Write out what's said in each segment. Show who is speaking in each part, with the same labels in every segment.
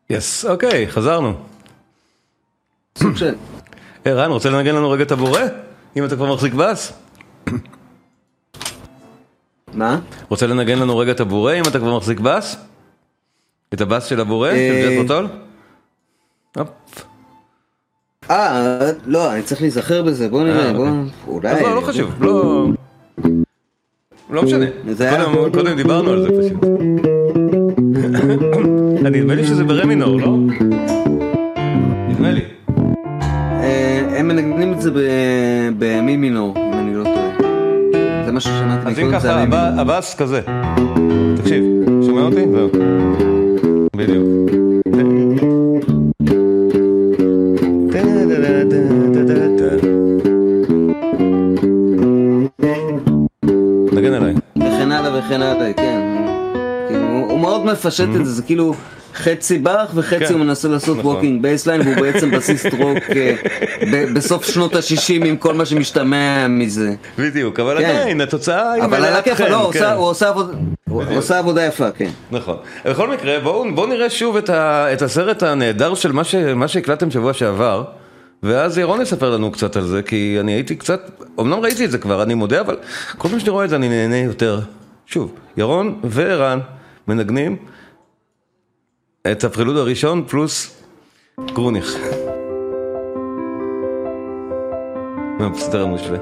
Speaker 1: יס, אוקיי, חזרנו.
Speaker 2: סוג של...
Speaker 1: רן, רוצה לנגן לנו רגע את הבורא? אם אתה כבר מחזיק בס?
Speaker 2: מה?
Speaker 1: רוצה לנגן לנו רגע את הבורא אם אתה כבר מחזיק בס? את הבס של הבורא? של ג'ף רוטול?
Speaker 2: לא, אני צריך להיזכר בזה, בוא נראה, אולי...
Speaker 1: לא חשוב, לא משנה. קודם דיברנו על זה פשוט. נדמה לי שזה ברמי מינור, לא? נדמה לי.
Speaker 2: הם מנגנים את זה במי מינור, אם אני לא טועה. זה מה ששמעתי.
Speaker 1: אז אם ככה, הבאס כזה. תקשיב, שומע אותי? זהו. בדיוק. נגן עליי.
Speaker 2: וכן הלאה, כן. הוא מאוד מפשט את זה, זה כאילו חצי באך וחצי הוא מנסה לעשות ווקינג בייסליין, והוא בעצם בסיסט רוק בסוף שנות ה-60 עם כל מה שמשתמע מזה.
Speaker 1: בדיוק, אבל עדיין, התוצאה היא
Speaker 2: אבל על הכיף, לא, הוא עושה עבודה יפה, כן.
Speaker 1: נכון. בכל מקרה, בואו נראה שוב את הסרט הנהדר של מה שהקלטתם שבוע שעבר, ואז ירון יספר לנו קצת על זה, כי אני הייתי קצת, אמנם ראיתי את זה כבר, אני מודה, אבל כל פעם שאני רואה את זה אני נהנה יותר. שוב, ירון וערן מנגנים את הפרילוד הראשון פלוס גרוניך. בסדר המושווה.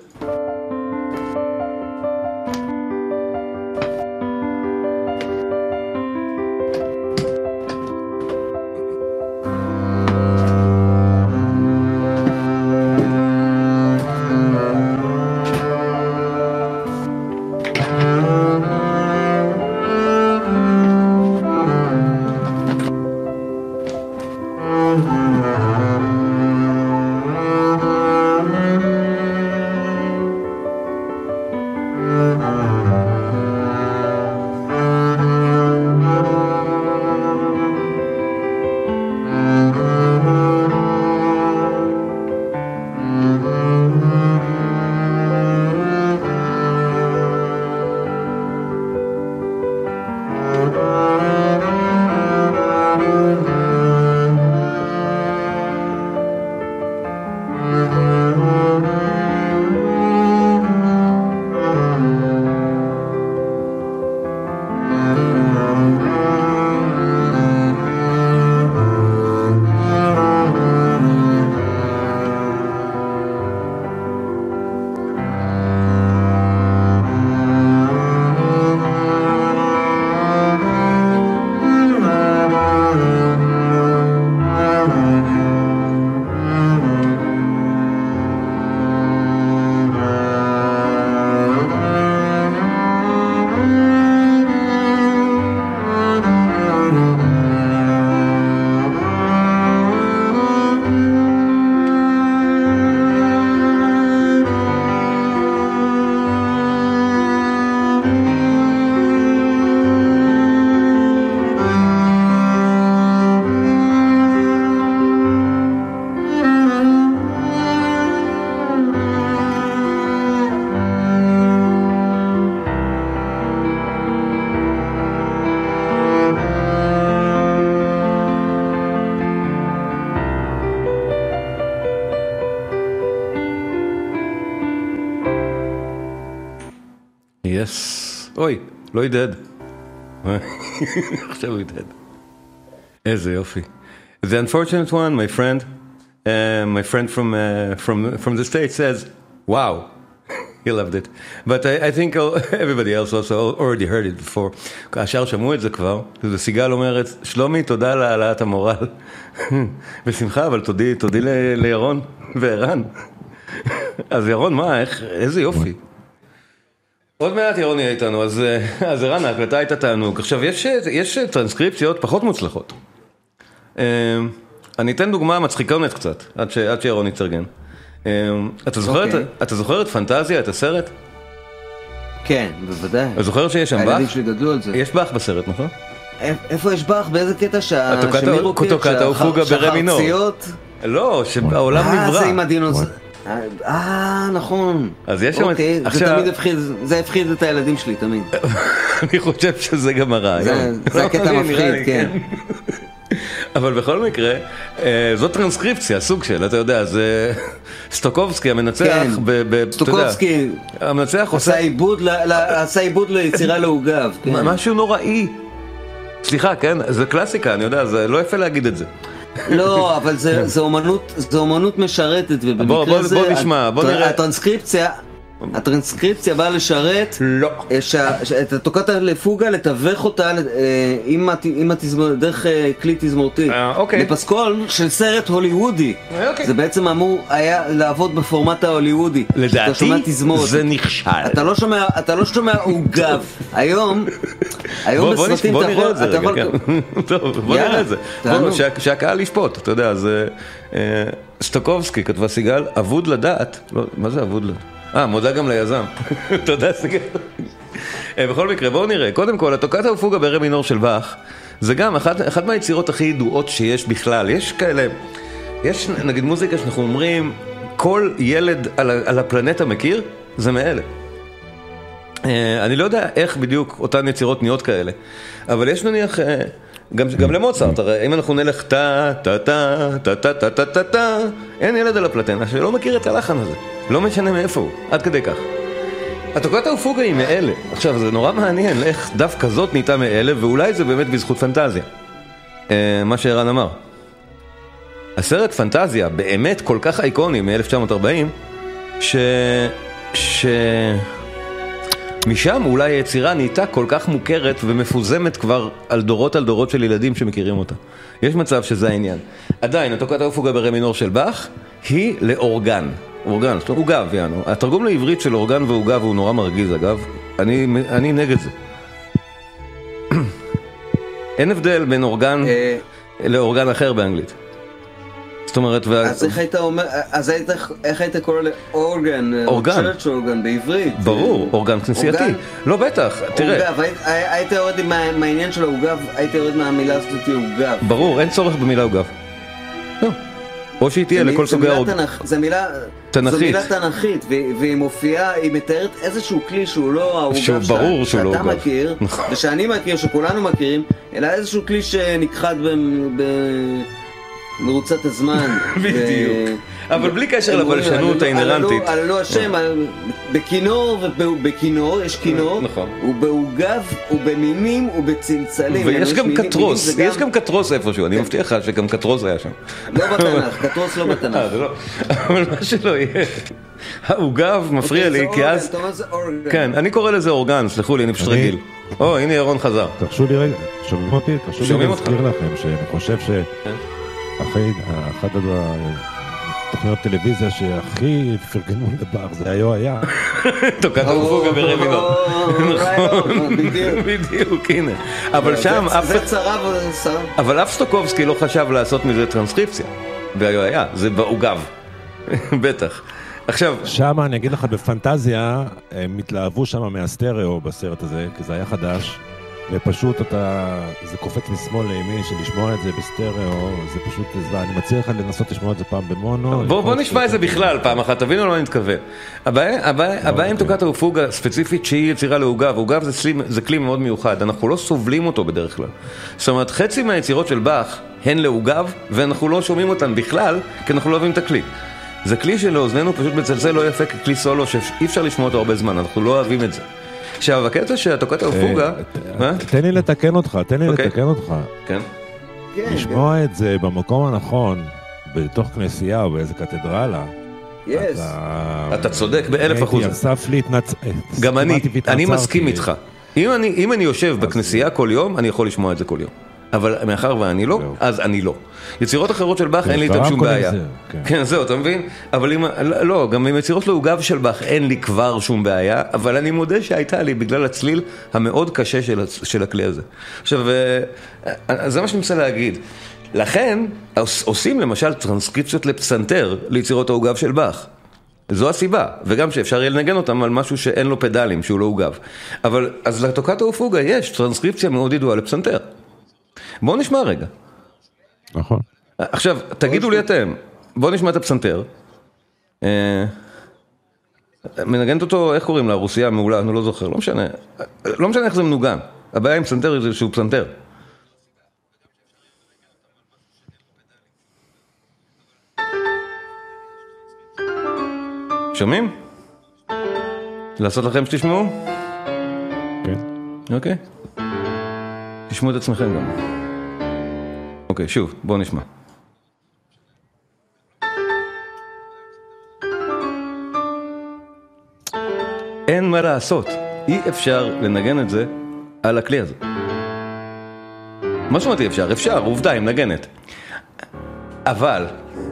Speaker 1: אוי, לא ידד. עכשיו הוא ידד. איזה יופי. The unfortunate one, my friend from the States says, wow, he loved it. But I think everybody else also already heard it before. כאשר שמעו את זה כבר, זה סיגל אומרת, שלומי, תודה על העלאת המורל. בשמחה, אבל תודי לירון וערן. אז ירון, מה, איזה יופי. עוד מעט ירון יהיה איתנו, אז ערן, ההקלטה הייתה תענוג. עכשיו, יש טרנסקריפציות פחות מוצלחות. אני אתן דוגמה מצחיקונת קצת, עד שירון יתרגן. אתה זוכר את פנטזיה, את הסרט?
Speaker 2: כן, בוודאי.
Speaker 1: אתה זוכר שיש שם באך?
Speaker 2: הילדים שלי גדלו על זה.
Speaker 1: יש באך בסרט, נכון?
Speaker 2: איפה יש באך? באיזה קטע
Speaker 1: טוקטה או פוגה ברמי מינור. לא, שהעולם נברא.
Speaker 2: זה עם הדינוזאור. נכון.
Speaker 1: אז יש שם...
Speaker 2: זה תמיד הפחיד, זה הפחיד את הילדים שלי, תמיד.
Speaker 1: אני חושב שזה גם הרעיון.
Speaker 2: זה הקטע מפחיד, כן.
Speaker 1: אבל בכל מקרה, זאת טרנסקריפציה, סוג של, אתה יודע, זה סטוקובסקי המנצח,
Speaker 2: סטוקובסקי עשה עיבוד ליצירה לעוגב.
Speaker 1: משהו נוראי. סליחה, כן, זה קלאסיקה, אני יודע, זה לא יפה להגיד את זה.
Speaker 2: לא, אבל זה אומנות משרתת, ובמקרה הזה,
Speaker 1: בוא נראה.
Speaker 2: הטרנסקריפציה באה לשרת את התוקטה לפוגה, לתווך אותה דרך כלי תזמורתי לפסקול של סרט הוליוודי. זה בעצם אמור היה לעבוד בפורמט ההוליוודי.
Speaker 1: לדעתי זה נכשל.
Speaker 2: אתה לא שומע עוגב. היום בסרטים
Speaker 1: בוא נראה את זה רגע. בוא נראה את זה, שהקהל ישפוט. אתה יודע, זה סטוקובסקי כתבה סיגל, אבוד לדעת. מה זה אבוד לדעת? מודה גם ליזם. תודה סיגל. בכל מקרה, בואו נראה. קודם כל, התוקטה ופוגה ברה מינור של באך, זה גם אחת מהיצירות הכי ידועות שיש בכלל. יש כאלה, יש נגיד מוזיקה שאנחנו אומרים, כל ילד על הפלנטה מכיר, זה מאלה. אני לא יודע איך בדיוק אותן יצירות נהיות כאלה, אבל יש נניח, גם למוצרט, הרי אם אנחנו נלך טה, טה, טה, טה, טה, טה, טה, טה, טה, אין ילד על הפלטנה שלא מכיר את הלחן הזה. לא משנה מאיפה הוא, עד כדי כך. התוקטה ופוגה היא מאלה. עכשיו, זה נורא מעניין איך דווקא זאת נהייתה מאלה, ואולי זה באמת בזכות פנטזיה. מה שערן אמר. הסרט פנטזיה באמת כל כך אייקוני מ-1940, משם אולי היצירה נהייתה כל כך מוכרת ומפוזמת כבר על דורות של ילדים שמכירים אותה. יש מצב שזה העניין. עדיין, התוקטה ופוגה ברה מינור של באך היא לאורגן. אורגן, זאת אומרת, עוגב, יענו. התרגום לעברית של אורגן ועוגב הוא נורא מרגיז, אגב. אני נגד זה. אין הבדל בין אורגן לאורגן אחר באנגלית. זאת אומרת,
Speaker 2: אז איך היית קורא לאורגן?
Speaker 1: אורגן.
Speaker 2: אורגן בעברית.
Speaker 1: ברור, אורגן כנסייתי. לא, בטח, תראה.
Speaker 2: אוגב, היית יורד מהעניין של האוגב, היית יורד מהמילה הזאת אוגב.
Speaker 1: ברור, אין צורך במילה אוגב. לא. או שהיא תהיה לכל סוגי האורגן.
Speaker 2: זו מילה תנכית, והיא מופיעה, היא מתארת איזשהו כלי שהוא לא האוגב שאתה מכיר, ושאני מכיר, שכולנו מכירים, אלא איזשהו כלי שנכחד במרוצת הזמן.
Speaker 1: בדיוק. אבל בלי קשר לבלשנות האינרנטית.
Speaker 2: עלו השם, בכינור, יש כינור, ובעוגב, ובמינים, ובצלצלים.
Speaker 1: ויש גם קטרוס, יש גם קטרוס איפשהו, אני מבטיח לך שגם קטרוס היה שם.
Speaker 2: לא בתנ"ך, קטרוס לא בתנ"ך.
Speaker 1: אבל מה שלא יהיה. העוגב מפריע לי, כי אז... כן, אני קורא לזה אורגן, סלחו לי, אני פשוט רגיל. הנה ירון חזר.
Speaker 3: תרשו לי רגע, שומעים אותי? תרשו לי להזכיר לכם שאני חושב אחת תוכניות טלוויזיה שהכי פרגנו לבאך זה היה
Speaker 1: תוקטה ופוגה ברה מינור. נכון, בדיוק, הנה. אבל שם אבל אף סטוקובסקי לא חשב לעשות מזה טרנסקריפציה. והיה, זה בעוגב. בטח. עכשיו
Speaker 3: שם אני אגיד לך, בפנטזיה הם התלהבו שם מהסטריאו בסרט הזה, כי זה היה חדש, ופשוט זה קופץ משמאל לימין, שלשמוע את זה בסטריאו, זה פשוט זוועה. אני מציע לך לנסות לשמוע את זה פעם במונו.
Speaker 1: בוא נשמע את זה בכלל פעם אחת, תבינו למה אני מתכוון. הבעיה עם תוקטה ופוגה ספציפית שהיא יצירה לעוגב, עוגב זה כלי מאוד מיוחד, אנחנו לא סובלים אותו בדרך כלל. זאת אומרת, חצי מהיצירות של באך הן לעוגב, ואנחנו לא שומעים אותן בכלל, כי אנחנו לא אוהבים את הכלי. זה כלי שלאוזנינו פשוט מצלצל לא יפה ככלי סולו, שאי אפשר לשמוע אותו הרבה זמן, אנחנו לא אוהבים את זה. עכשיו, הקטע שהתוקטה ופוגה...
Speaker 3: תן לי לתקן אותך.
Speaker 1: כן.
Speaker 3: לשמוע את זה במקום הנכון, בתוך כנסייה או באיזה קתדרלה.
Speaker 1: אתה צודק ב1,000%. גם אני מסכים איתך. אם אני יושב בכנסייה כל יום, אני יכול לשמוע את זה כל יום. אבל מאחר ואני לא, אז אני לא. יצירות אחרות של באך אין לי איתם שום בעיה. כן, זהו, אתה מבין? אבל לא, גם עם יצירות לעוגב של באך אין לי כבר שום בעיה, אבל אני מודה שהייתה לי בגלל הצליל המאוד קשה של הכלי הזה. עכשיו, זה מה שאני מנסה להגיד. לכן, עושים למשל טרנסקריפציות לפסנתר ליצירות העוגב של באך. זו הסיבה, וגם שאפשר יהיה לנגן אותם על משהו שאין לו פדלים, שהוא לא עוגב. אבל, אז לתוקטה ופוגה יש טרנסקריפציה מאוד ידועה לפסנתר. בואו נשמע רגע.
Speaker 3: נכון.
Speaker 1: עכשיו, תגידו לי אתם, בואו נשמע את הפסנתר. מנגנת אותו, איך קוראים לה? רוסיה מעולה, אני לא זוכר, לא משנה. לא משנה איך זה מנוגן. הבעיה עם פסנתר זה שהוא פסנתר. שומעים? לעשות לכם שתשמעו?
Speaker 3: כן.
Speaker 1: אוקיי. תשמעו את עצמכם גם. אוקיי, שוב, בואו נשמע. אין מה לעשות, אי אפשר לנגן את זה על הכלי הזה. מה זאת אומרת אי אפשר? אפשר, עובדה, היא מנגנת. אבל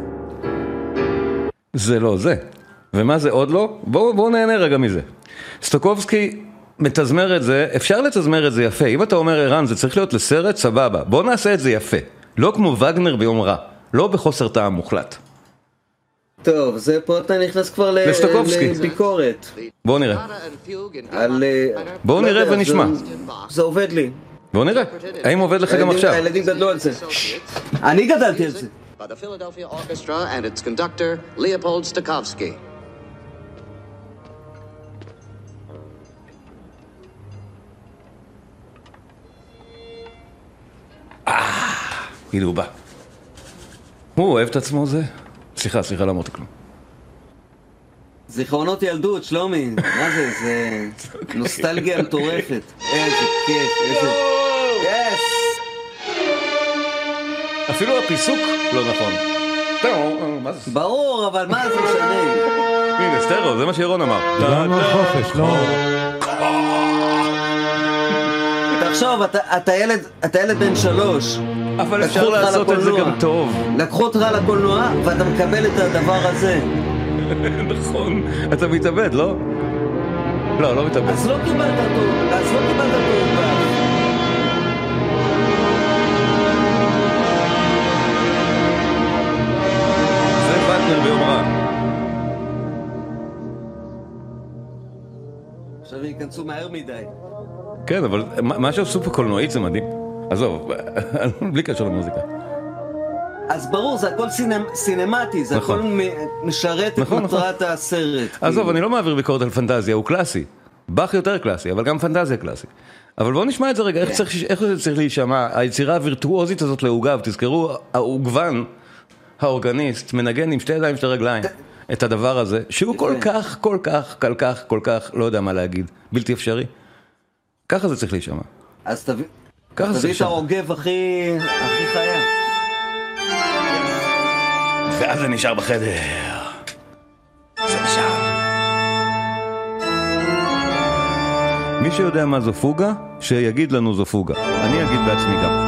Speaker 1: זה לא זה. ומה זה עוד לא? בואו נהנה רגע מזה. סטוקובסקי מתזמר את זה, אפשר לתזמר את זה יפה. אם אתה אומר ערן, זה צריך להיות לסרט, סבבה. בואו נעשה את זה יפה. לא כמו וגנר ביום רע. לא בחוסר טעם מוחלט.
Speaker 2: טוב, זה פה אתה נכנס כבר לביקורת.
Speaker 1: בואו נראה.
Speaker 2: על...
Speaker 1: בואו נראה ונשמע.
Speaker 2: זה עובד לי.
Speaker 1: בואו נראה. האם עובד לך גם עכשיו?
Speaker 2: הילדים גדלו על זה. אני גדלתי על זה.
Speaker 4: By the Philadelphia Orchestra and its conductor, Leopold Stokowski.
Speaker 1: הנה הוא בא. הוא אוהב את עצמו זה? סליחה, לא אמרתי כלום.
Speaker 2: זיכרונות ילדות, שלומי. מה זה? זה נוסטלגיה מטורפת. איזה כיף, איזה... יס!
Speaker 1: אפילו הפיסוק לא נכון. מה זה?
Speaker 2: ברור, אבל מה זה משנה?
Speaker 1: הנה, סטרו, זה מה שירון אמר.
Speaker 3: לא חופש, לא.
Speaker 2: תחשוב, אתה ילד בן 3.
Speaker 1: אבל אפשר לעשות את זה גם טוב.
Speaker 2: לקחו אותך לקולנוע ואתה מקבל את הדבר הזה.
Speaker 1: נכון, אתה מתאבד, לא? לא מתאבד.
Speaker 2: אז לא קיבלת טוב.
Speaker 1: זה וגנר ביום רע.
Speaker 2: עכשיו ייכנסו מהר מדי.
Speaker 1: כן, אבל מה שעשו פה קולנועית זה מדהים. עזוב, בלי קשר למוזיקה.
Speaker 2: אז ברור, זה הכל סינמטי, זה הכל משרת את מטרת הסרט.
Speaker 1: עזוב, אני לא מעביר ביקורת על פנטזיה, הוא קלאסי. באך יותר קלאסי, אבל גם פנטזיה קלאסי. אבל בואו נשמע את זה רגע, איך זה צריך להישמע, היצירה הווירטואוזית הזאת לעוגב, תזכרו, העוגבן, האורגניסט, מנגן עם שתי ידיים, שתי רגליים, את הדבר הזה, שהוא כל כך, לא יודע מה להגיד, בלתי אפשרי. ככה זה צריך להישמע.
Speaker 2: אז תביא את העוגב הכי חיה.
Speaker 1: ואז זה נשאר בחדר. זה נשאר. מי שיודע מה זו פוגה, שיגיד לנו זו פוגה. אני אגיד בעצמי גם.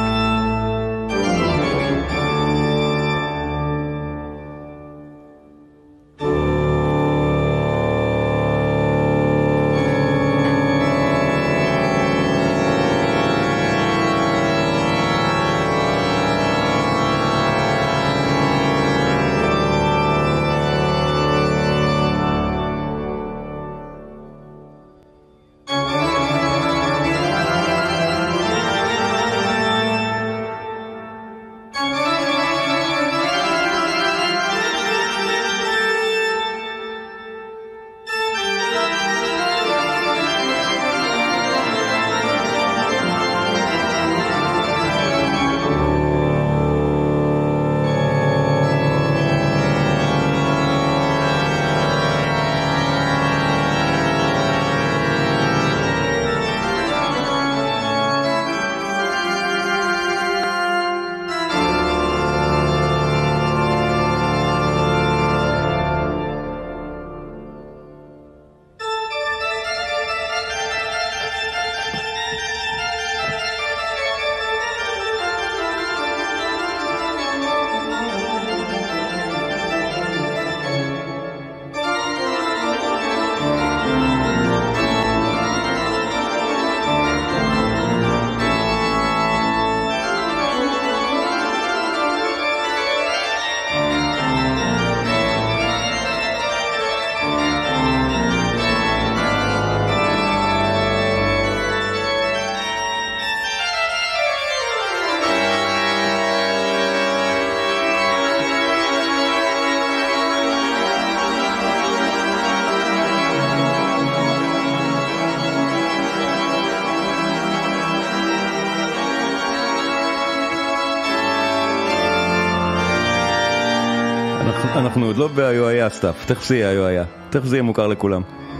Speaker 1: אנחנו עוד לא ב-IOIA סטאפ, תכף זה יהיה IOIA, תכף זה יהיה מוכר לכולם.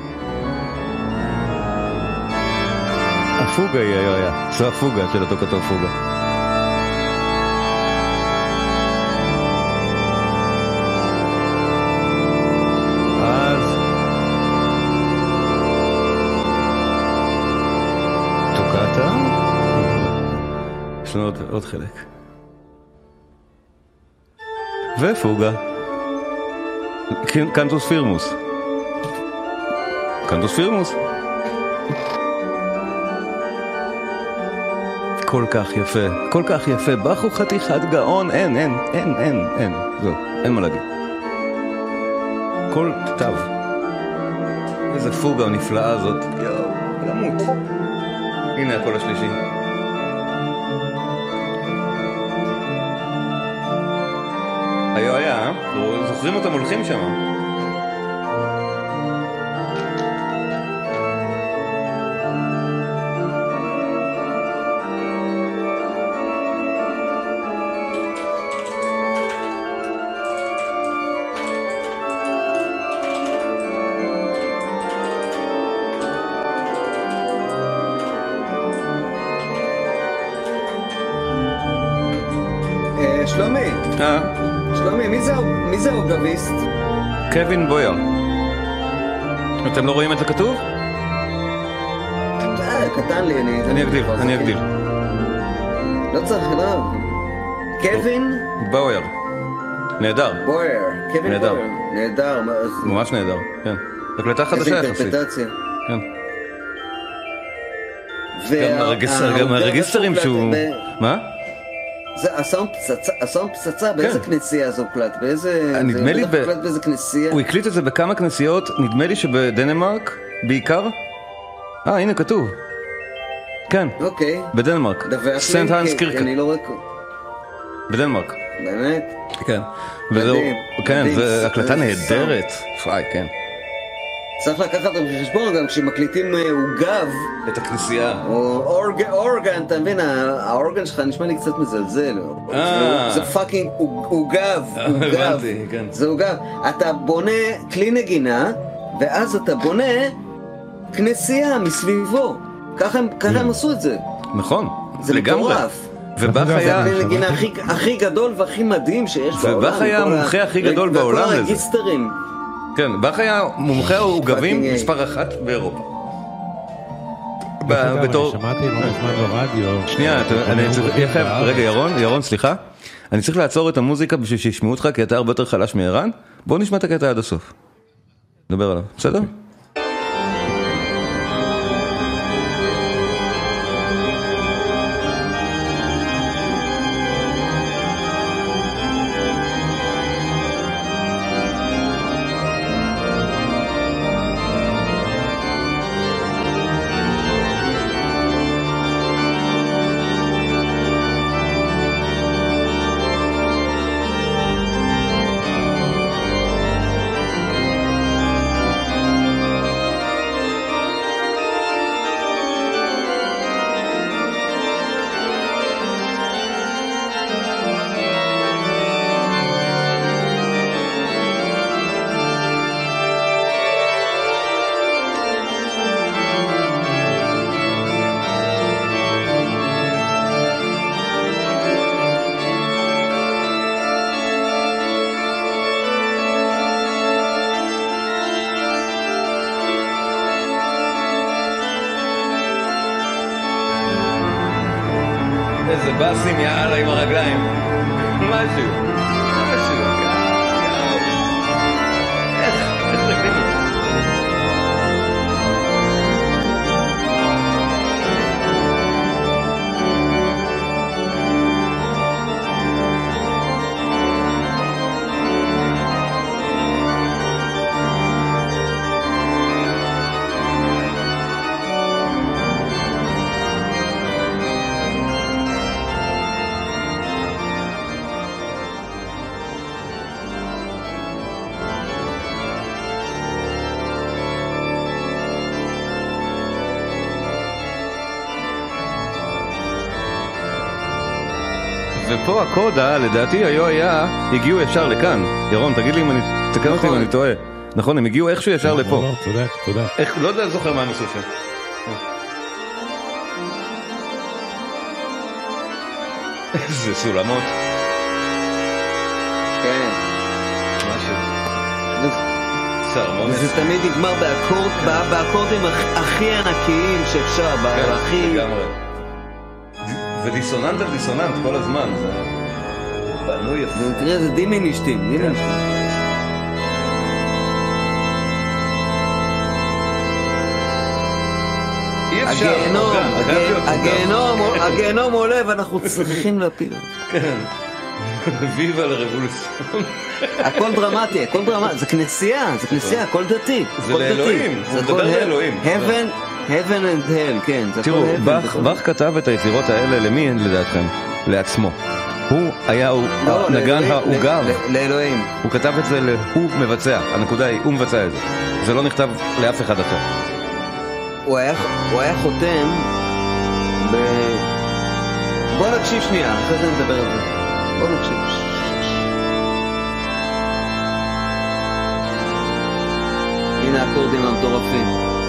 Speaker 1: הפוגה היא IOIA, זו הפוגה של אותו כתוב פוגה. אז טוקטה, יש לנו עוד חלק. ופוגה. קנטוס פירמוס. קנטוס פירמוס. כל כך יפה, כל כך יפה. באך הוא חתיכת גאון, אין. זהו, אין מה להגיד. כל תו. איזה פוגה נפלאה זאת. יואו, למות. הנה הקול השלישי. היה, זוכרים אותם הולכים שם.
Speaker 2: שלומי. שלומי, מי זה האוגביסט?
Speaker 1: קווין בויר. אתם לא רואים את זה כתוב?
Speaker 2: קטן לי,
Speaker 1: אני אגדיל.
Speaker 2: לא צריך, לא. קווין?
Speaker 1: בויר. נהדר.
Speaker 2: בויר. קווין בויר. נהדר.
Speaker 1: ממש נהדר, כן. הקלטה חדשה יחסית.
Speaker 2: איזה אינטרפטציה.
Speaker 1: כן. גם הרגיסטרים שהוא... מה?
Speaker 2: זה הסאונד פצצה, באיזה כנסייה זה הוקלט?
Speaker 1: נדמה לי
Speaker 2: באיזה כנסייה?
Speaker 1: הוא הקליט את זה בכמה כנסיות, נדמה לי שבדנמרק בעיקר. הנה כתוב. כן.
Speaker 2: אוקיי.
Speaker 1: בדנמרק. סנט האנס קירקה.
Speaker 2: אני לא רואה...
Speaker 1: בדנמרק.
Speaker 2: באמת?
Speaker 1: כן. מדהים. כן, זו הקלטה נהדרת. כן.
Speaker 2: צריך לקחת בחשבון גם כשמקליטים עוגב
Speaker 1: את הכנסייה
Speaker 2: או אורגן, אתה מבין, האורגן שלך נשמע לי קצת מזלזל. זה פאקינג עוגב, זה עוגב. אתה בונה כלי נגינה ואז אתה בונה כנסייה מסביבו, ככה הם עשו את זה.
Speaker 1: נכון,
Speaker 2: זה מטורף.
Speaker 1: ובאך היה
Speaker 2: הכלי נגינה הכי גדול והכי מדהים שיש בעולם.
Speaker 1: ובאך היה המומחה הכי גדול בעולם לזה.
Speaker 2: וכל הרגיסטרים.
Speaker 1: כן, באך היה מומחה העוגבים מספר אחת באירופה.
Speaker 3: אני שמעתי לא מזמן ברדיו.
Speaker 1: שנייה, רגע ירון, סליחה. אני צריך לעצור את המוזיקה בשביל שישמעו אותך, כי אתה הרבה יותר חלש מערן. בואו נשמע את הקטע עד הסוף. נדבר עליו, בסדר? איזה בסים יאללה עם הרגליים. משהו. איך רקדים את זה? ופה הקודה, לדעתי, הגיעו ישר לכאן. ירון, תגיד לי אם תקן אותי אם אני טועה. נכון, הם הגיעו איכשהו ישר לפה.
Speaker 3: לא, צודק.
Speaker 1: לא יודע, זוכר מה הם עשו שם. איזה סולמות.
Speaker 2: כן.
Speaker 1: משהו. סרמונס.
Speaker 2: זה תמיד נגמר באקורדים הכי ענקיים שאפשר, הכי...
Speaker 1: לגמרי. ודיסוננט על דיסוננט כל הזמן, זה בנוי יפה.
Speaker 2: תראה, זה דימינישטים. הגיהנום עולה ואנחנו צריכים להפיל.
Speaker 1: כן. ויבה לרבולוציון.
Speaker 2: הכל דרמטי, זה כנסייה, הכל דתי.
Speaker 1: זה לאלוהים, הוא מדבר לאלוהים.
Speaker 2: heaven and hell, כן.
Speaker 1: תראו, באך כתב את היצירות האלה למי לדעתכם? לעצמו. הוא היה נגן העוגב.
Speaker 2: לאלוהים.
Speaker 1: הוא כתב את זה, הוא מבצע, הנקודה היא, הוא מבצע את זה. זה לא נכתב לאף אחד אחר.
Speaker 2: הוא היה חותם בוא נקשיב שנייה, אחרי זה נדבר על זה. בוא נקשיב. הנה האקורדים המטורפים.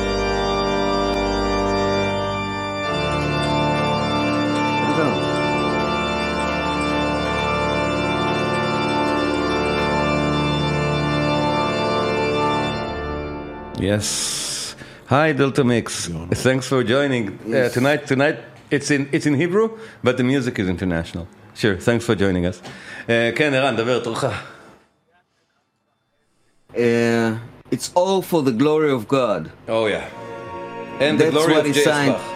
Speaker 1: Yes. Hi Delta Mix. Thanks for joining.
Speaker 2: Yes.
Speaker 1: Tonight it's in Hebrew, but the music is international. Sure. Thanks for joining us. כן, ערן, דבר תורך.
Speaker 2: It's all for the glory of God.
Speaker 1: Oh yeah. And the glory of J.S. Bach.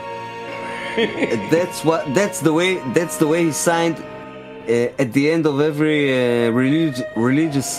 Speaker 2: That's the way he signed at the end of every religious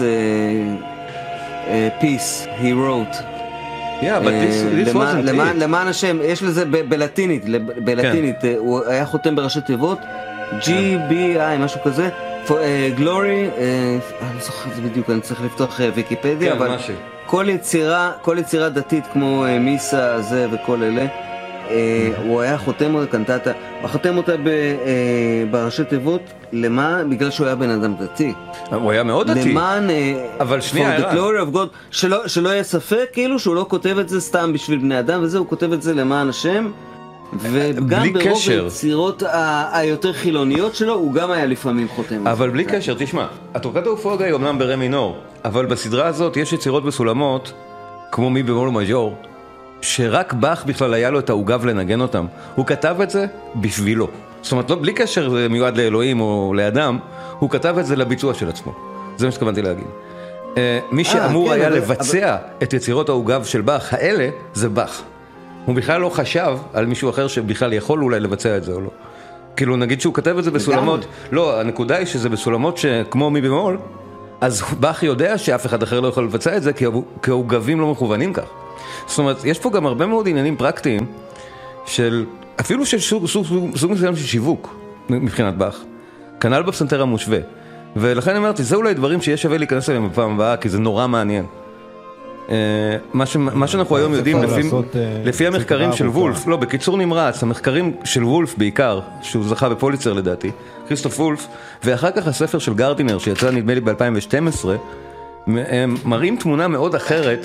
Speaker 2: piece he wrote.
Speaker 1: Yeah, but this wasn't it.
Speaker 2: למען השם, יש לזה בלטינית, הוא היה חותם בראשי תיבות, GBI, משהו כזה, Glory, אני לא זוכר את זה בדיוק, אני צריך לפתוח ויקיפדיה, אבל כל יצירה דתית כמו מיסה זה וכל אלה, הוא היה חותם אותה, קנטטה, הוא חותם אותה בראשי תיבות, למה? בגלל שהוא היה בן אדם דתי.
Speaker 1: הוא היה מאוד דתי.
Speaker 2: למען,
Speaker 1: אבל שנייה,
Speaker 2: for the glory of God, שלא יהיה ספק, כאילו שהוא לא כותב את זה סתם בשביל בני אדם וזה, הוא כותב את זה למען השם, וגם ברוב היצירות היותר חילוניות שלו, הוא גם היה לפעמים חותם.
Speaker 1: אבל בלי קשר, תשמע, התורקת האופוגה היא אומנם ברה מינור, אבל בסדרה הזאת יש יצירות בסולמות, כמו מי במול מז'ור, שרק באך בכלל היה לו את העוגב לנגן אותם. הוא כתב את זה בשבילו. זאת אומרת, לא, בלי קשר זה מיועד לאלוהים או לאדם, הוא כתב את זה לביצוע של עצמו. זה מה שכוונתי להגיד. מי שאמור היה לבצע את יצירות העוגב של באך, האלה, זה באך. הוא בכלל לא חשב על מישהו אחר שבכלל יכול אולי לבצע את זה או לא. כאילו נגיד שהוא כתב את זה בסולמות, לא, הנקודה היא שזה בסולמות שכמו מי במול, אז באך יודע שאף אחד אחר לא יכול לבצע את זה, כי העוגבים לא מכוונים כך. זאת אומרת, יש פה גם הרבה מאוד עניינים פרקטיים, אפילו של סוג מסוים של שיווק, מבחינת באך. כנ"ל בפסנתר המושווה. ולכן אמרתי, זה אולי דברים שיש שווה להיכנס אליהם בפעם הבאה, כי זה נורא מעניין. מה שאנחנו היום יודעים, לפי המחקרים של וולף, לא, בקיצור נמרץ, המחקרים של וולף בעיקר, שהוא זכה בפוליצר לדעתי, כריסטוף וולף, ואחר כך הספר של גרדינר, שיצא נדמה לי ב-2012, הם מראים תמונה מאוד אחרת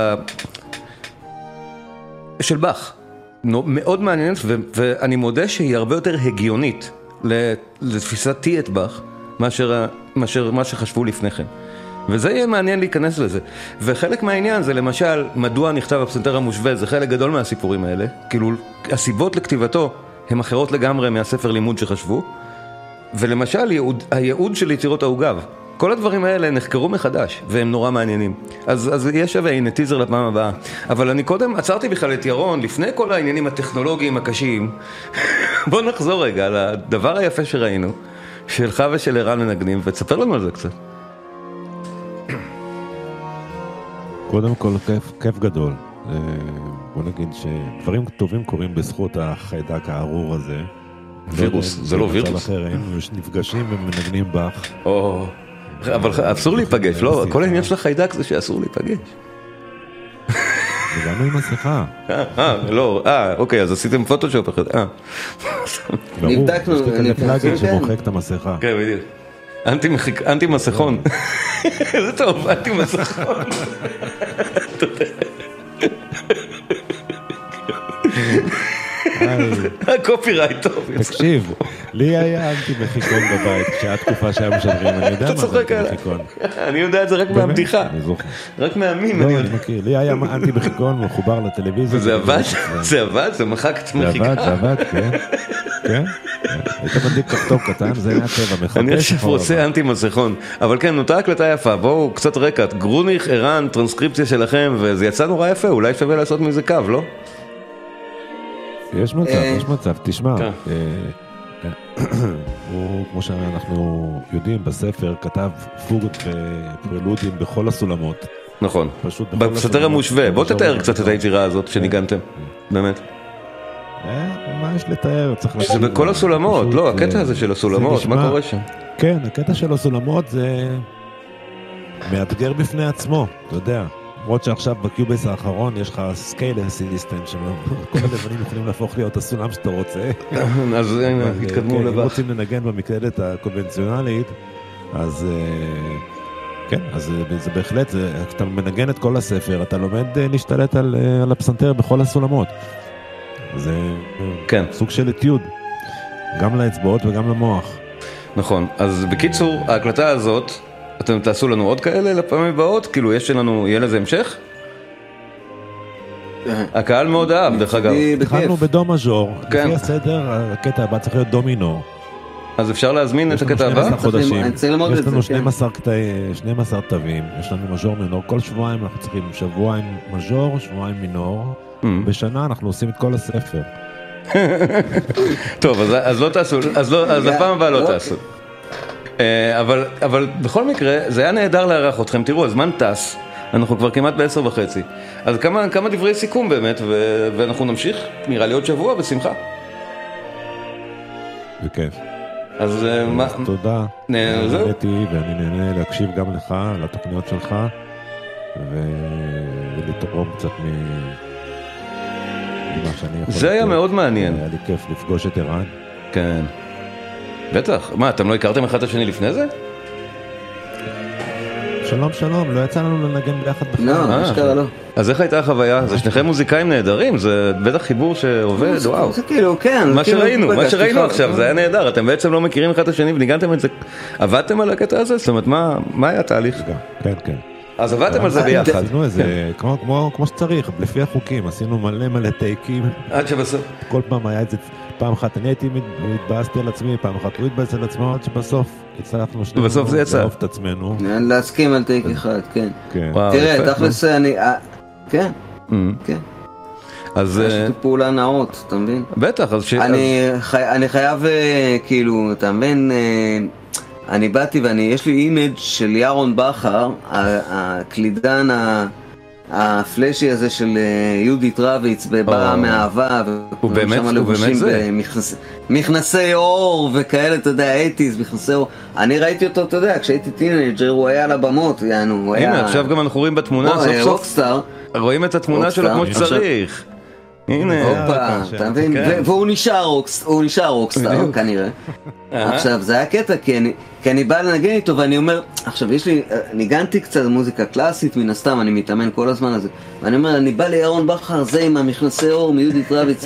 Speaker 1: של באך. מאוד מעניינת, ואני מודה שהיא הרבה יותר הגיונית לתפיסתי את באך, מאשר מה שחשבו לפני כן. וזה יהיה מעניין להיכנס לזה. וחלק מהעניין זה למשל, מדוע נכתב הפסנתר המושווה, זה חלק גדול מהסיפורים האלה. כאילו, הסיבות לכתיבתו הן אחרות לגמרי מהספר לימוד שחשבו. ולמשל, הייעוד של יצירות העוגב. כל הדברים האלה נחקרו מחדש, והם נורא מעניינים. אז יש שווה, הנה טיזר לפעם הבאה. אבל אני קודם עצרתי בכלל את ירון, לפני כל העניינים הטכנולוגיים הקשים. בוא נחזור רגע על הדבר היפה שראינו, שלך ושל ערן מנגנים, ותספר לנו על זה קצת.
Speaker 3: קודם כל, כיף גדול. בוא נגיד שדברים טובים קורים בזכות החיידק הארור הזה.
Speaker 1: וירוס, זה לא וירוס.
Speaker 3: היינו נפגשים ומנגנים באך.
Speaker 1: אבל אסור להיפגש, לא? כל העניין של החיידק זה שאסור להיפגש.
Speaker 3: וגם עם מסכה.
Speaker 1: לא, אוקיי, אז עשיתם פוטושופ אחת.
Speaker 3: ברור,
Speaker 2: נבדקנו,
Speaker 3: יש לי כזה
Speaker 2: נבדקנו,
Speaker 3: פלאגין
Speaker 2: כן.
Speaker 3: שמוחק את המסכה.
Speaker 1: כן, בדיוק. אנטי מסכון. זה טוב, אנטי מסכון. הקופירייט טוב.
Speaker 3: תקשיב, לי היה אנטי מחיקון בבית, כשהיה תקופה שהיה משדרים, אני יודע מה זה אנטי מחיקון.
Speaker 1: אני יודע את זה רק מהבדיחה.
Speaker 3: אני זוכר.
Speaker 1: רק מהמים,
Speaker 3: לא,
Speaker 1: אני
Speaker 3: אני
Speaker 1: יודע.
Speaker 3: מכיר, לי היה אנטי מחיקון מחובר לטלוויזיה.
Speaker 1: וזה עבד? זה עבד? זה מחק את מחיקה?
Speaker 3: זה עבד, כן. כן. היית מדליק כפתור קטן, זה היה טבע, מחפש.
Speaker 1: אני עכשיו רוצה אנטי מסכון. אבל כן, נותר הקלטה יפה. בואו, קצת רקע. גרוניך, ערן, טרנסקריפציה שלכם, וזה יצא נורא יפה. אולי שווה לעשות מזה קו, לא?
Speaker 3: יש מצב, תשמע. הוא, כמו שאנחנו יודעים, בספר כתב פוגות ופרלודים בכל הסולמות.
Speaker 1: נכון.
Speaker 3: פשוט בכל הסולמות.
Speaker 1: בפסנתר המושווה. בוא תתאר קצת את היצירה הזאת שניגנתם. באמת.
Speaker 3: מה יש לתאר?
Speaker 1: זה בכל הסולמות, לא, הקטע הזה של הסולמות, מה קורה שם?
Speaker 3: כן, הקטע של הסולמות זה מאתגר בפני עצמו, אתה יודע. למרות שעכשיו בקיובייס האחרון יש לך סקיילר סיסטם, שכל הלבנים יכולים להפוך להיות הסולם שאתה רוצה.
Speaker 1: אז התקדמו לבד.
Speaker 3: אם רוצים לנגן במקלדת הקונבנציונלית, אז כן, אז זה בהחלט, כשאתה מנגן את כל הספר, אתה לומד להשתלט על הפסנתר בכל הסולמות. זה סוג של אתיוד, גם לאצבעות וגם למוח.
Speaker 1: נכון, אז בקיצור, ההקלטה הזאת, אתם תעשו לנו עוד כאלה לפעמים הבאות? כאילו יש לנו, יהיה לזה המשך? הקהל מאוד אהב, דרך אגב.
Speaker 3: התחלנו בדו מז'ור, לפי הסדר, הקטע הבא צריך להיות דו מינור.
Speaker 1: אז אפשר להזמין את הקטע הבא?
Speaker 3: יש לנו 12 תווים, יש לנו מז'ור מינור, כל שבועיים אנחנו צריכים שבועיים מז'ור, שבועיים מינור, בשנה אנחנו עושים את כל הספר.
Speaker 1: טוב, אז לא תעשו, אז הפעם הבאה לא תעשו. אבל בכל מקרה, זה היה נהדר לארח אתכם. תראו, הזמן טס, אנחנו כבר כמעט ב10:30. אז כמה דברי סיכום באמת, ואנחנו נמשיך, נראה לי עוד שבוע, בשמחה.
Speaker 3: בכיף.
Speaker 1: אז
Speaker 3: תודה. נהניתי, ואני נהנה להקשיב גם לך, לתוכניות שלך, ולתרום קצת ממה שאני יכול.
Speaker 1: זה היה מאוד מעניין.
Speaker 3: היה לי כיף לפגוש את ערן.
Speaker 1: כן. בטח. מה, אתם לא הכרתם אחד את השני לפני זה?
Speaker 3: שלום, שלום, לא יצא לנו לנגן ביחד בכלל.
Speaker 2: לא, אשכרה לא.
Speaker 1: אז איך הייתה החוויה? זה שניכם מוזיקאים נהדרים, זה בטח חיבור שעובד, וואו.
Speaker 2: זה כאילו, כן.
Speaker 1: מה שראינו עכשיו, זה היה נהדר, אתם בעצם לא מכירים אחד את השני וניגנתם את זה, עבדתם על הקטע הזה? זאת אומרת, מה היה התהליך?
Speaker 3: כן, כן.
Speaker 1: אז עבדתם על זה ביחד.
Speaker 3: עשינו איזה, כמו שצריך, לפי החוקים, עשינו מלא טייקים.
Speaker 1: עד שבסוף.
Speaker 3: כל פעם היה את זה, פעם אחת אני הייתי מתבאסתי על עצמי, פעם אחת הוא התבאס על עצמו, עד שבסוף הצלחנו שנינו לאהוב את עצמנו.
Speaker 2: להסכים על טייק אחד, כן.
Speaker 3: כן.
Speaker 2: תראה, תכלס אני, כן, כן.
Speaker 1: אז
Speaker 2: יש פעולה נאות, אתה מבין?
Speaker 1: בטח, אז
Speaker 2: אני חייב, כאילו, אתה מבין, אני באתי יש לי אימג' של ירון בכר, הקלידן הפלשי הזה של יהודית רביץ בבאה מאהבה,
Speaker 1: הוא באמת זה?
Speaker 2: מכנסי אור וכאלה, אתה יודע, 80s, מכנסי אור. אני ראיתי אותו, אתה יודע, כשהייתי טינג'ר הוא היה על הבמות, הוא היה...
Speaker 1: הנה, עכשיו גם אנחנו רואים בתמונה,
Speaker 2: רוקסטאר.
Speaker 1: רואים את התמונה שלו כמו שצריך. הנה,
Speaker 2: אתה מבין? והוא נשאר רוקסטאר כנראה. עכשיו זה היה קטע כי אני בא לנגן איתו ואני אומר, עכשיו ניגנתי קצת מוזיקה קלאסית מן הסתם, אני מתאמן כל הזמן הזה, ואני אומר, אני בא לירון בכר זה עם המכנסי אור מיהודית רביץ,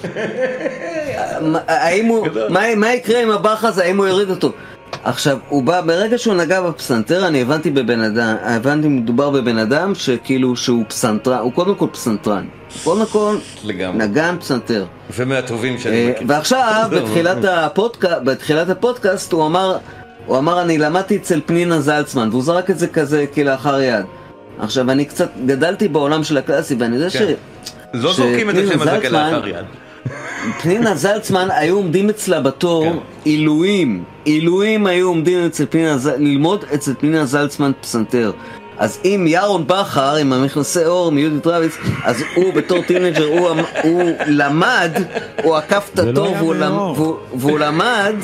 Speaker 2: מה יקרה עם הבכר הזה, האם הוא יוריד אותו? עכשיו, הוא בא, ברגע שהוא נגע בפסנתר, אני הבנתי מדובר בבן אדם שכאילו שהוא פסנתרן, הוא קודם כל פסנתרן. קודם כל, נגן פסנתר.
Speaker 1: ומהטובים שאני מכיר.
Speaker 2: ועכשיו, בתחילת הפודקאסט, הוא אמר, אני למדתי אצל פנינה זלצמן, והוא זרק את זה כזה כלאחר יד. עכשיו, אני קצת גדלתי בעולם של הקלאסי, ואני יודע
Speaker 1: לא זורקים את השם הזה כלאחר יד.
Speaker 2: פנינה זלצמן היו עומדים אצלה בתור עילויים היו עומדים ללמוד אצל פנינה זלצמן פסנתר. אז אם ירון בכר עם המכנסי אור מיהודית רביץ, אז הוא בתור טינג'ר הוא למד, הוא עקף את התור והוא למד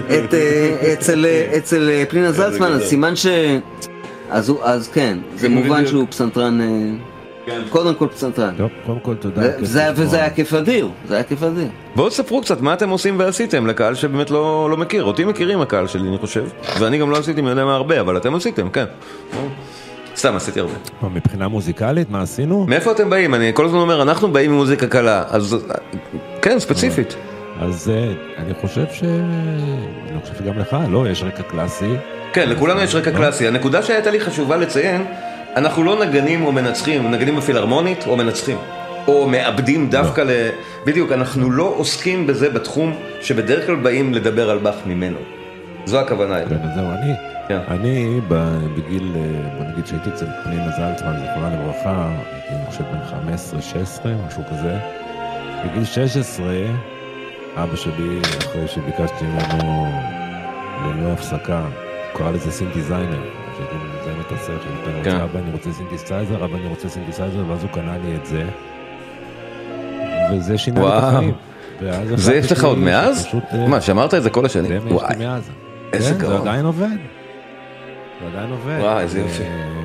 Speaker 2: אצל פנינה זלצמן, אז סימן אז כן, זה מובן שהוא פסנתרן קודם כל פסנתרן.
Speaker 3: טוב, קודם כל תודה.
Speaker 2: וזה היה כיף אדיר, זה היה כיף אדיר.
Speaker 1: בואו תספרו קצת מה אתם עושים ועשיתם לקהל שבאמת לא מכיר. אותי מכירים הקהל שלי, אני חושב. ואני גם לא עשיתי מי יודע מה הרבה, אבל אתם עשיתם, כן. סתם עשיתי הרבה.
Speaker 3: מבחינה מוזיקלית, מה עשינו?
Speaker 1: מאיפה אתם באים? אני כל הזמן אומר, אנחנו באים ממוזיקה קלה, אז כן, ספציפית.
Speaker 3: אז אני חושב שגם לך, לא, יש רקע קלאסי.
Speaker 1: כן, לכולנו יש רקע קלאסי. הנקודה שהייתה לי חשובה לציין, אנחנו לא נגנים או מנצחים, נגנים בפילהרמונית או מנצחים. או מאבדים דווקא בדיוק, אנחנו לא עוסקים בזה בתחום שבדרך כלל באים לדבר על באך ממנו. זו הכוונה אלה.
Speaker 3: כן, זהו, אני בגיל, בוא נגיד שהייתי אצל פנינה זלצמן, זכרונה לברכה, אני חושב בן 15-16, משהו כזה. בגיל 16, אבא שלי, אחרי שביקשתי ממנו ללא הפסקה, הוא קרא לזה סינתיזיינר, שהייתי מזיין את הסרט, שאני רוצה, אבא אני רוצה סינתיסייזר, אבא אני רוצה סינתיסייזר, ואז הוא קנה לי את זה, וזה שינה לי את החיים.
Speaker 1: זה יש לך עוד מאז? מה, שאמרת את זה כל השנים?
Speaker 3: זה יש לי מאז.
Speaker 1: איזה גאון.
Speaker 3: זה עדיין עובד. זה עדיין עובד.
Speaker 1: וואי, איזה יופי.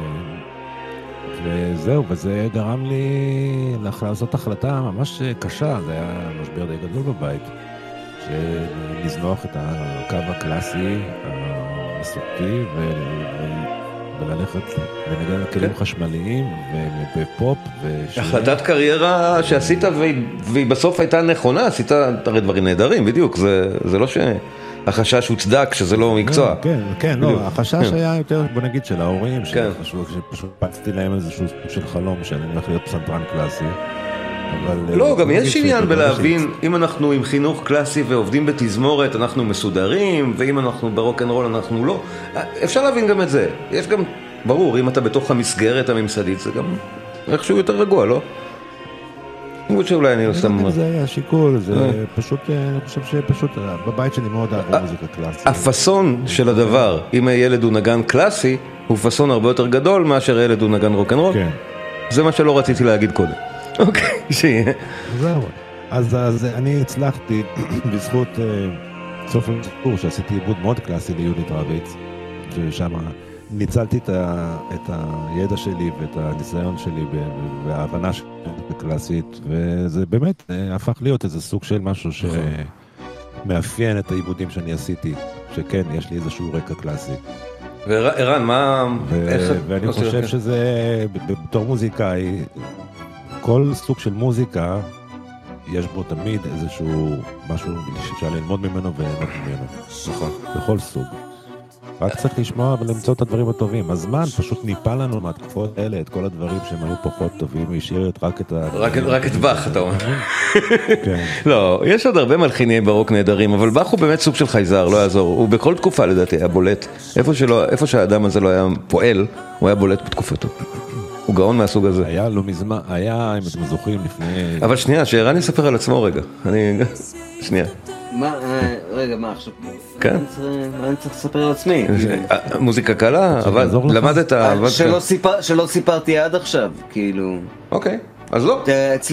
Speaker 3: וזהו, וזה גרם לי לעשות החלטה ממש קשה, זה היה משבר די גדול בבית, שלזנוח את הקו הקלאסי, המסורתי, וללכת לנגן כלים חשמליים, ופופ,
Speaker 1: החלטת קריירה שעשית, והיא בסוף הייתה נכונה, עשית הרי דברים נהדרים, בדיוק, זה לא החשש הוצדק שזה לא מקצוע.
Speaker 3: כן, לא, החשש היה יותר, בוא נגיד, של ההורים, שפשוט פצתי להם איזשהו סוג של חלום, שאני הולך להיות פסנתרן קלאסי.
Speaker 1: לא, גם יש עניין בלהבין, אם אנחנו עם חינוך קלאסי ועובדים בתזמורת, אנחנו מסודרים, ואם אנחנו ברוק'נ'רול אנחנו לא. אפשר להבין גם את זה. יש גם, ברור, אם אתה בתוך המסגרת הממסדית, זה גם איכשהו יותר רגוע, לא? אני חושב שאולי אני לא סתם...
Speaker 3: זה היה שיקול, זה פשוט, אני חושב שפשוט בבית שלי מאוד אהבו מוזיקה קלאסית.
Speaker 1: הפסון של הדבר, אם הילד הוא נגן קלאסי, הוא פסון הרבה יותר גדול מאשר הילד הוא נגן רוק'נ'רול.
Speaker 3: כן.
Speaker 1: זה מה שלא רציתי להגיד קודם. אוקיי, שיהיה.
Speaker 3: זהו. אז אני הצלחתי בזכות סוף הסיפור שעשיתי עיבוד מאוד קלאסי ליהודית רביץ, ששם ניצלתי את הידע שלי ואת הניסיון שלי וההבנה שלי בקלאסית, וזה באמת הפך להיות איזה סוג של משהו שמאפיין את העיבודים שאני עשיתי, שכן, יש לי איזשהו רקע קלאסי.
Speaker 1: וערן, מה...
Speaker 3: ואני חושב שזה, בתור מוזיקאי, כל סוג של מוזיקה, יש בו תמיד איזשהו משהו שאפשר ללמוד ממנו וליהנות ממנו.
Speaker 1: נכון.
Speaker 3: בכל סוג. רק צריך לשמוע ולמצוא את הדברים הטובים. הזמן פשוט ניפה לנו מהתקופות האלה, את כל הדברים שהם היו פחות טובים, והשאיר רק את
Speaker 1: רק את באך, אתה אומר.
Speaker 3: כן.
Speaker 1: לא, יש עוד הרבה מלחינים ברוק נהדרים, אבל באך הוא באמת סוג של חייזר, לא יעזור. הוא בכל תקופה לדעתי היה בולט. איפה שהאדם הזה לא היה פועל, הוא היה בולט בתקופתו. הוא גאון מהסוג הזה.
Speaker 3: היה לו מזמן, היה, אם אתם זוכרים, לפני...
Speaker 1: אבל שנייה, שערן יספר על עצמו רגע. שנייה.
Speaker 2: מה, רגע, מה עכשיו?
Speaker 1: כן.
Speaker 2: מה אני צריך לספר על עצמי?
Speaker 1: מוזיקה קלה, אבל למדת...
Speaker 2: שלא סיפרתי עד עכשיו, כאילו...
Speaker 1: אוקיי, אז לא.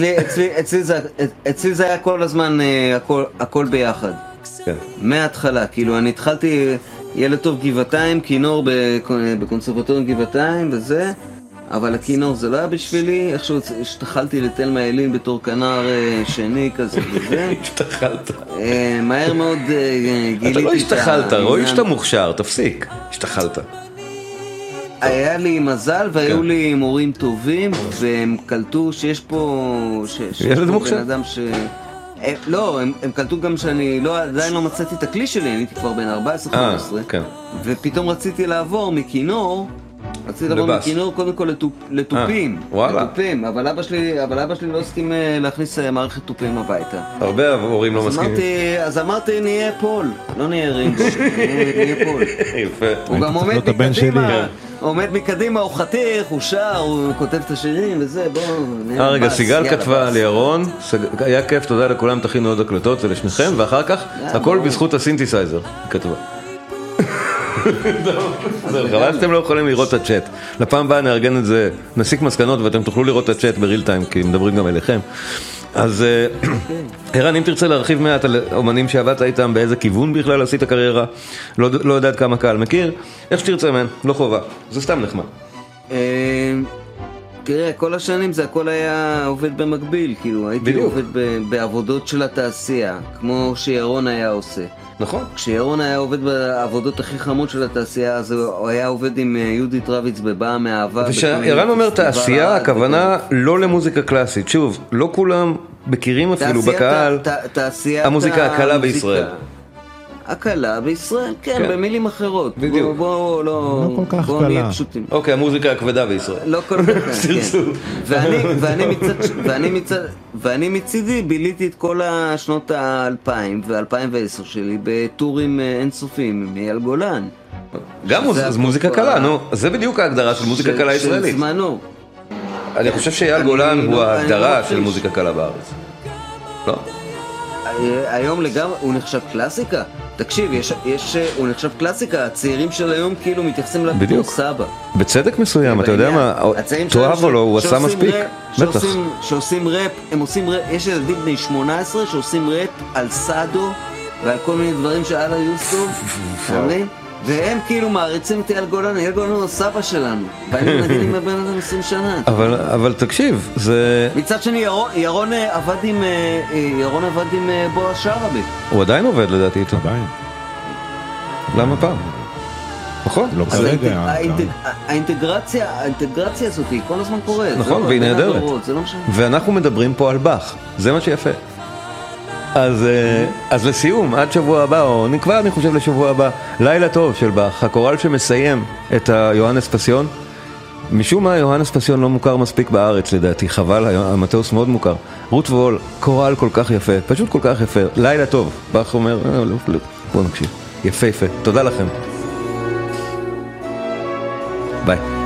Speaker 2: אצלי זה היה כל הזמן, הכל ביחד.
Speaker 1: כן.
Speaker 2: מההתחלה, כאילו אני התחלתי ילד טוב גבעתיים, כינור בקונסרבטוריון גבעתיים וזה, אבל הכינור זה לא היה בשבילי, איכשהו השתחלתי לתלמה ילין בתור כנר שני כזה וזה.
Speaker 1: השתחלת.
Speaker 2: מהר מאוד גיליתי...
Speaker 1: אתה לא השתחלת, רואים שאתה מוכשר, תפסיק. השתחלת.
Speaker 2: היה לי מזל והיו לי מורים טובים, והם קלטו שיש פה...
Speaker 1: ילד מוכשר?
Speaker 2: בן אדם ש... לא, הם קלטו גם שאני עדיין לא מצאתי את הכלי שלי, אני הייתי כבר בין 14-15, ופתאום רציתי לעבור מכינור, מכינור קודם כל לתופים, אבל אבא שלי לא הסכים להכניס מערכת תופים הביתה.
Speaker 1: הרבה הורים לא מסכימים.
Speaker 2: אז אמרתי נהיה פול, לא נהיה רינגו, נהיה פול.
Speaker 1: יפה.
Speaker 2: הוא גם עומד מקדימה, הוא חתיך, הוא שר, הוא כותב את השירים וזה, בואו...
Speaker 1: רגע, סיגל כתבה לירון, היה כיף, תודה לכולם, תכינו עוד הקלטות ולשניכם, ואחר כך הכל בזכות הסינתסייזר, כתבה. חבל שאתם לא יכולים לראות את הצ'אט. לפעם הבאה נארגן את זה, נסיק מסקנות ואתם תוכלו לראות את הצ'אט בריל טיים, כי מדברים גם אליכם. אז ערן, אם תרצה להרחיב מעט על אומנים שעבדת איתם, באיזה כיוון בכלל עשית קריירה, לא יודעת כמה קהל מכיר, איך שתרצה מן, לא חובה, זה סתם נחמד.
Speaker 2: תראה, כל השנים זה הכל היה עובד במקביל, כאילו הייתי
Speaker 1: בדיוק.
Speaker 2: עובד בעבודות של התעשייה, כמו שירון היה עושה.
Speaker 1: נכון.
Speaker 2: כשירון היה עובד בעבודות הכי חמות של התעשייה, אז הוא היה עובד עם יהודית רביץ בבאה מאהבה.
Speaker 1: ושערן אומר תעשייה, הכוונה לא למוזיקה קלאסית. שוב, לא כולם מכירים אפילו בקהל המוזיקה הקלה בישראל.
Speaker 2: הקלה בישראל, כן, במילים אחרות.
Speaker 1: בדיוק.
Speaker 2: בואו
Speaker 3: לא כל כך קלה.
Speaker 2: פשוטים.
Speaker 1: אוקיי, המוזיקה הכבדה בישראל.
Speaker 2: לא כל כך, כן. ואני מצידי ביליתי את כל השנות ה-2000 ו-2010 שלי בטורים אינסופיים מאייל גולן.
Speaker 1: גם מוזיקה קלה, נו, זה בדיוק ההגדרה של מוזיקה קלה ישראלית.
Speaker 2: של זמנו.
Speaker 1: אני חושב שאייל גולן הוא ההגדרה של מוזיקה קלה בארץ. לא?
Speaker 2: היום לגמרי, הוא נחשב קלאסיקה. תקשיב, הוא נחשב קלאסיקה, הצעירים של היום כאילו מתייחסים לה בתור סבא.
Speaker 1: בצדק מסוים, אתה יודע מה, תאהב או לא, הוא עשה מספיק. בטח.
Speaker 2: שעושים ראפ, הם עושים ראפ, יש ילדים בני 18 שעושים ראפ על סאדו ועל כל מיני דברים שעלה יוסוף, אתה מבין? והם כאילו מעריצים את אייל גולן, אייל גולן הוא הסבא שלנו, ואני מנגן עם הבן אדם 20 שנה.
Speaker 1: אבל תקשיב, זה...
Speaker 2: מצד שני, ירון עבד עם בועז שרעבי.
Speaker 1: הוא עדיין עובד לדעתי איתו.
Speaker 3: עדיין.
Speaker 1: למה פעם? נכון?
Speaker 3: לא כרגע.
Speaker 2: האינטגרציה הזאת היא כל הזמן קורית.
Speaker 1: נכון, והיא נהדרת. ואנחנו מדברים פה על באך, זה מה שיפה. אז לסיום, עד שבוע הבא, או נקבע אני חושב לשבוע הבא, לילה טוב של באך, הקורל שמסיים את היוהנס פסיון. משום מה יוהנס פסיון לא מוכר מספיק בארץ לדעתי, חבל, המטוס מאוד מוכר. רות וול, קורל כל כך יפה, פשוט כל כך יפה, לילה טוב. באך אומר, בואו נקשיב, יפה יפה, תודה לכם. ביי.